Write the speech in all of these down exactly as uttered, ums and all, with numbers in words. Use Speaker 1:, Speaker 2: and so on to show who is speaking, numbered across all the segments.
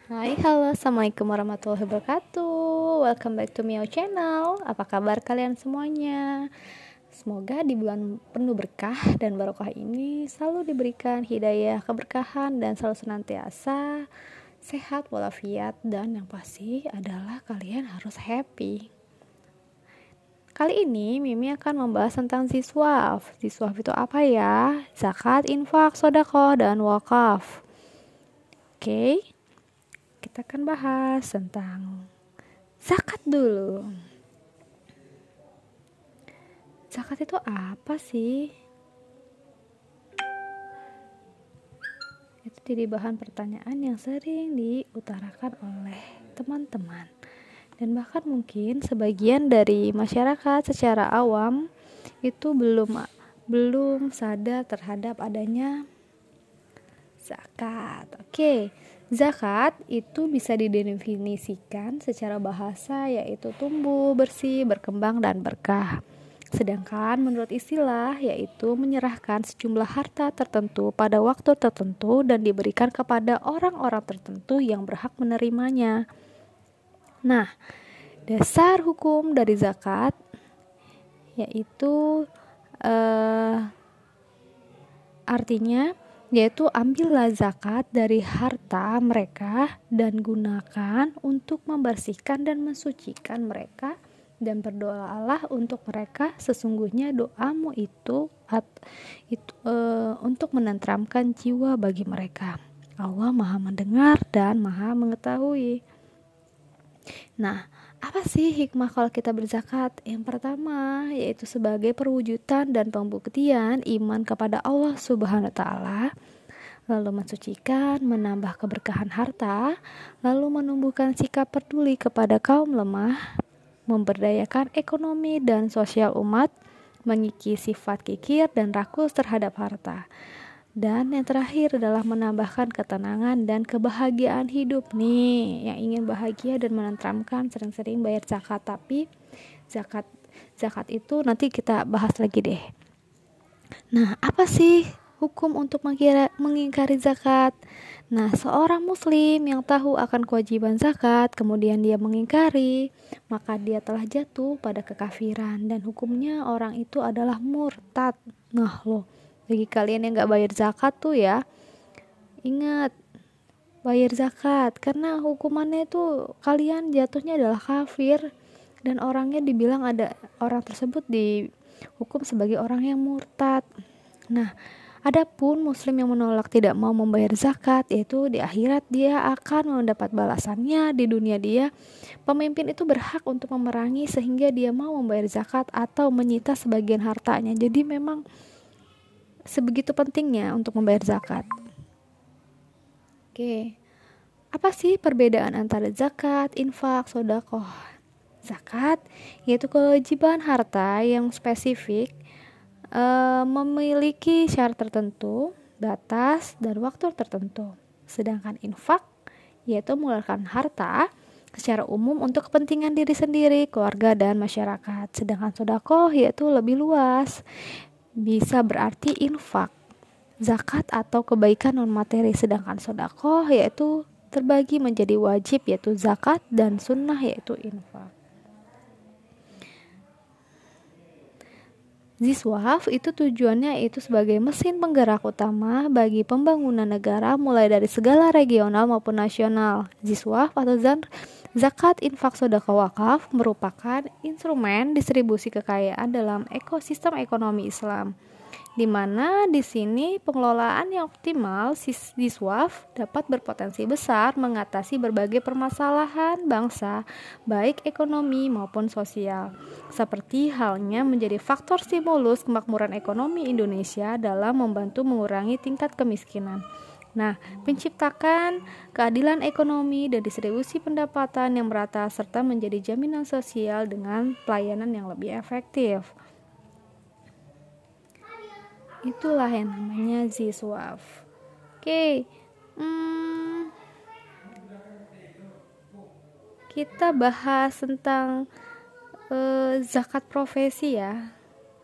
Speaker 1: Hai, halo, assalamualaikum warahmatullahi wabarakatuh. Welcome back to Mio Channel. Apa kabar kalian semuanya? Semoga di bulan penuh berkah dan barokah ini selalu diberikan hidayah, keberkahan, dan selalu senantiasa sehat walafiat, dan yang pasti adalah kalian harus happy. Kali ini Mimi akan membahas tentang ziswaf. Ziswaf itu apa ya? Zakat, infak, sodakoh, dan wakaf. Oke, kita akan bahas tentang zakat dulu. Zakat itu apa sih? Itu jadi bahan pertanyaan yang sering diutarakan oleh teman-teman. Dan bahkan mungkin sebagian dari masyarakat secara awam itu belum belum sadar terhadap adanya zakat. Oke, zakat itu bisa didefinisikan secara bahasa yaitu tumbuh, bersih, berkembang, dan berkah. Sedangkan menurut istilah yaitu menyerahkan sejumlah harta tertentu pada waktu tertentu dan diberikan kepada orang-orang tertentu yang berhak menerimanya. Nah, dasar hukum dari zakat yaitu eh, artinya yaitu ambillah zakat dari harta mereka dan gunakan untuk membersihkan dan mensucikan mereka, dan berdoalah untuk mereka, sesungguhnya doamu itu at, itu e, untuk menenteramkan jiwa bagi mereka. Allah Maha mendengar dan Maha mengetahui. Nah, apa sih hikmah kalau kita berzakat? Yang pertama, yaitu sebagai perwujudan dan pembuktian iman kepada Allah Subhanahu wa taala, lalu mensucikan, menambah keberkahan harta, lalu menumbuhkan sikap peduli kepada kaum lemah, memberdayakan ekonomi dan sosial umat, mengikis sifat kikir dan rakus terhadap harta. Dan yang terakhir adalah menambahkan ketenangan dan kebahagiaan hidup nih. Yang ingin bahagia dan menenteramkan sering-sering bayar zakat. Tapi zakat zakat itu nanti kita bahas lagi deh. Nah, apa sih hukum untuk mengira, mengingkari zakat? Nah, seorang muslim yang tahu akan kewajiban zakat kemudian dia mengingkari, maka dia telah jatuh pada kekafiran dan hukumnya orang itu adalah murtad. Nah loh, bagi kalian yang gak bayar zakat tuh ya, ingat bayar zakat, karena hukumannya itu kalian jatuhnya adalah kafir, dan orangnya dibilang ada orang tersebut dihukum sebagai orang yang murtad. Nah, adapun muslim yang menolak tidak mau membayar zakat, yaitu di akhirat dia akan mendapat balasannya. Di dunia dia, pemimpin itu berhak untuk memerangi sehingga dia mau membayar zakat atau menyita sebagian hartanya. Jadi memang sebegitu pentingnya untuk membayar zakat. Oke, apa sih perbedaan antara zakat, infak, sodakoh? Zakat yaitu kewajiban harta yang spesifik, e, memiliki syarat tertentu, batas, dan waktu tertentu. Sedangkan infak yaitu mengeluarkan harta secara umum untuk kepentingan diri sendiri, keluarga, dan masyarakat. Sedangkan sodakoh yaitu lebih luas, bisa berarti infak, zakat, atau kebaikan non materi. Sedangkan sodakoh yaitu terbagi menjadi wajib yaitu zakat dan sunnah yaitu infak. Ziswaf itu tujuannya itu sebagai mesin penggerak utama bagi pembangunan negara mulai dari segala regional maupun nasional. Ziswaf atau zan, zakat, infak, sedekah, wakaf merupakan instrumen distribusi kekayaan dalam ekosistem ekonomi Islam, di mana di sini pengelolaan yang optimal ziswaf dapat berpotensi besar mengatasi berbagai permasalahan bangsa, baik ekonomi maupun sosial, seperti halnya menjadi faktor stimulus kemakmuran ekonomi Indonesia dalam membantu mengurangi tingkat kemiskinan. Nah, menciptakan keadilan ekonomi dan distribusi pendapatan yang merata serta menjadi jaminan sosial dengan pelayanan yang lebih efektif. Itulah yang namanya ziswaf. Oke, hmm, kita bahas tentang uh, zakat profesi ya.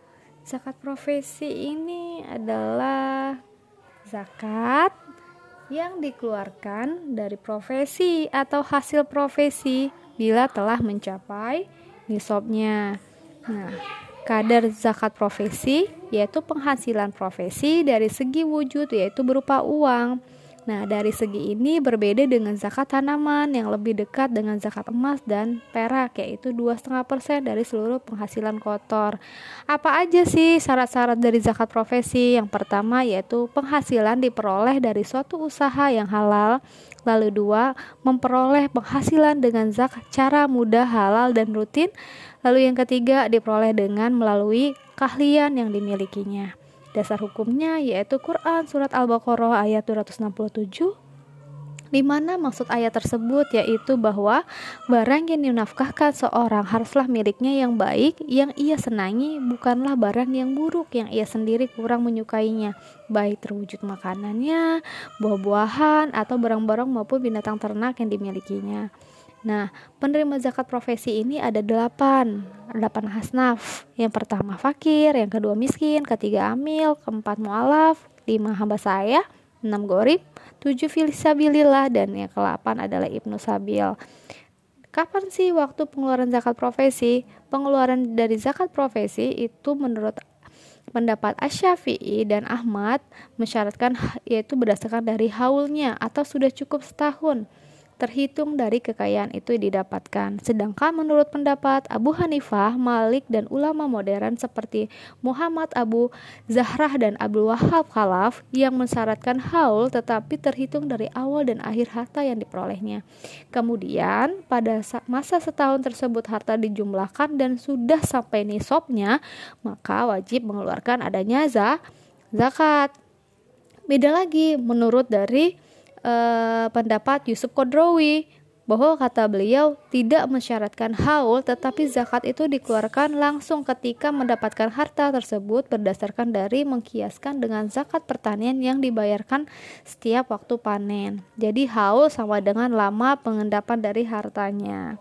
Speaker 1: Zakat profesi ini adalah zakat yang dikeluarkan dari profesi atau hasil profesi bila telah mencapai nisabnya. Nah, kadar zakat profesi yaitu penghasilan profesi dari segi wujud yaitu berupa uang. Nah, dari segi ini berbeda dengan zakat tanaman yang lebih dekat dengan zakat emas dan perak yaitu dua koma lima persen dari seluruh penghasilan kotor. Apa aja sih syarat-syarat dari zakat profesi? Yang pertama yaitu penghasilan diperoleh dari suatu usaha yang halal. Lalu dua, memperoleh penghasilan dengan zakat cara mudah, halal dan rutin. Lalu yang ketiga, diperoleh dengan melalui keahlian yang dimilikinya. Dasar hukumnya yaitu Quran Surat Al-Baqarah ayat dua ratus enam puluh tujuh, di mana maksud ayat tersebut yaitu bahwa barang yang dinafkahkan seorang haruslah miliknya yang baik, yang ia senangi, bukanlah barang yang buruk yang ia sendiri kurang menyukainya, baik terwujud makanannya, buah-buahan, atau barang-barang maupun binatang ternak yang dimilikinya. Nah, penerima zakat profesi ini ada delapan, delapan hasnaf. Yang pertama fakir, yang kedua miskin, ketiga amil, keempat mu'alaf, lima hamba saya, enam gorib, tujuh filisabilillah, dan yang kedelapan adalah ibnu sabil. Kapan sih waktu pengeluaran zakat profesi? Pengeluaran dari zakat profesi itu menurut pendapat Asy-Syafi'i dan Ahmad mensyaratkan yaitu berdasarkan dari haulnya atau sudah cukup setahun terhitung dari kekayaan itu didapatkan. Sedangkan menurut pendapat Abu Hanifah, Malik, dan ulama modern seperti Muhammad Abu Zahrah dan Abdul Wahab Khalaf yang mensyaratkan haul tetapi terhitung dari awal dan akhir harta yang diperolehnya. Kemudian pada masa setahun tersebut harta dijumlahkan dan sudah sampai nisabnya, maka wajib mengeluarkan adanya zakat. Beda lagi menurut dari Uh, pendapat Yusuf Qadrawi bahwa kata beliau tidak mensyaratkan haul tetapi zakat itu dikeluarkan langsung ketika mendapatkan harta tersebut berdasarkan dari mengkiaskan dengan zakat pertanian yang dibayarkan setiap waktu panen. Jadi haul sama dengan lama pengendapan dari hartanya.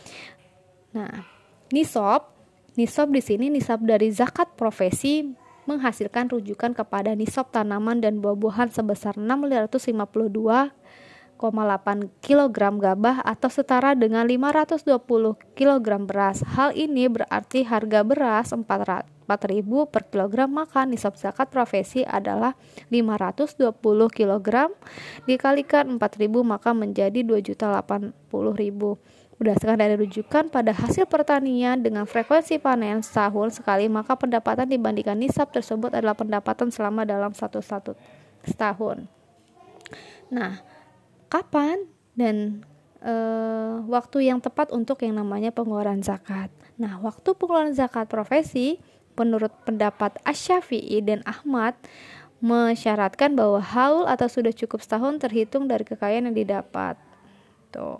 Speaker 1: Nah, nisab, nisab di sini nisab dari zakat profesi menghasilkan rujukan kepada nisab tanaman dan buah-buahan sebesar enam ratus lima puluh dua koma delapan kilogram gabah atau setara dengan lima ratus dua puluh kilogram beras. Hal ini berarti harga beras empat ribu per kilogram, maka nisab zakat profesi adalah lima ratus dua puluh kilogram dikalikan empat ribu maka menjadi dua juta delapan puluh ribu. Berdasarkan dari rujukan pada hasil pertanian dengan frekuensi panen setahun sekali, maka pendapatan dibandingkan nisab tersebut adalah pendapatan selama dalam satu satu setahun. Nah, kapan dan e, waktu yang tepat untuk yang namanya pengeluaran zakat? Nah, waktu pengeluaran zakat profesi menurut pendapat Asy-Syafi'i dan Ahmad mensyaratkan bahwa haul atau sudah cukup setahun terhitung dari kekayaan yang didapat. Tuh.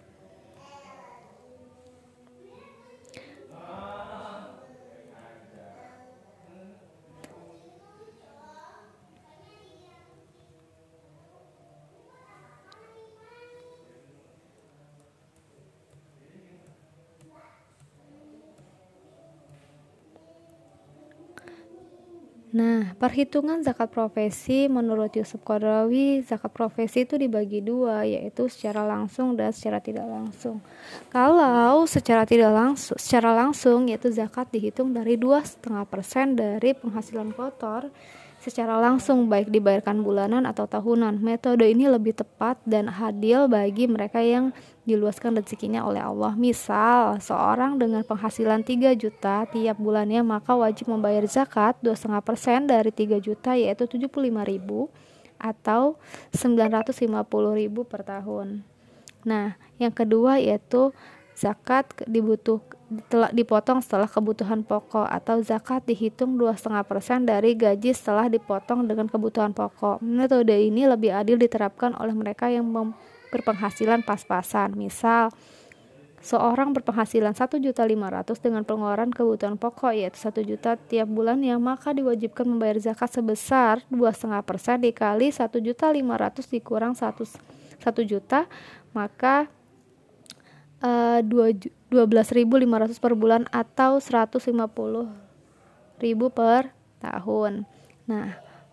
Speaker 1: Nah, perhitungan zakat profesi menurut Yusuf Qadrawi, zakat profesi itu dibagi dua, yaitu secara langsung dan secara tidak langsung. Kalau secara tidak langsung, secara langsung yaitu zakat dihitung dari dua koma lima persen dari penghasilan kotor secara langsung baik dibayarkan bulanan atau tahunan. Metode ini lebih tepat dan adil bagi mereka yang diluaskan rezekinya oleh Allah. Misal, seorang dengan penghasilan tiga juta tiap bulannya maka wajib membayar zakat dua koma lima persen dari tiga juta yaitu tujuh puluh lima ribu atau sembilan ratus lima puluh ribu per tahun. Nah, yang kedua yaitu zakat dibutuh telah dipotong setelah kebutuhan pokok atau zakat dihitung dua koma lima persen dari gaji setelah dipotong dengan kebutuhan pokok. Metode ini lebih adil diterapkan oleh mereka yang berpenghasilan pas-pasan. Misal, seorang berpenghasilan satu juta lima ratus ribu dengan pengeluaran kebutuhan pokok yaitu satu juta tiap bulannya, maka diwajibkan membayar zakat sebesar dua koma lima persen dikali satu juta lima ratus ribu dikurang satu juta, maka uh, dua belas ribu lima ratus per bulan atau seratus lima puluh ribu per tahun. Nah,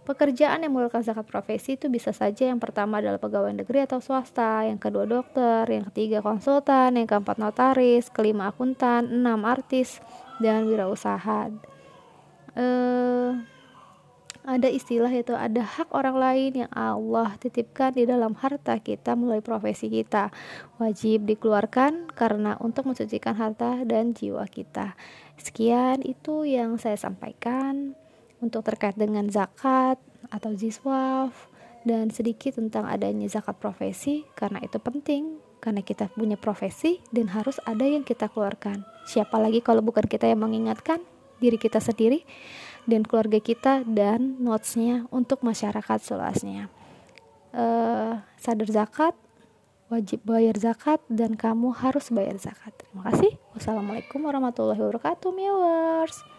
Speaker 1: Pekerjaan yang mengeluarkan zakat profesi itu bisa saja yang pertama adalah pegawai negeri atau swasta, yang kedua dokter, yang ketiga konsultan, yang keempat notaris, kelima akuntan, enam artis, dan wirausaha. Eh, ada istilah yaitu ada hak orang lain yang Allah titipkan di dalam harta kita melalui profesi kita, wajib dikeluarkan karena untuk mensucikan harta dan jiwa kita. Sekian itu yang saya sampaikan untuk terkait dengan zakat atau ziswaf, dan sedikit tentang adanya zakat profesi, karena itu penting karena kita punya profesi dan harus ada yang kita keluarkan. Siapa lagi kalau bukan kita yang mengingatkan diri kita sendiri dan keluarga kita, dan notesnya untuk masyarakat seluasnya. Uh, sadar zakat, wajib bayar zakat, dan kamu harus bayar zakat. Terima kasih. Wassalamualaikum warahmatullahi wabarakatuh, viewers.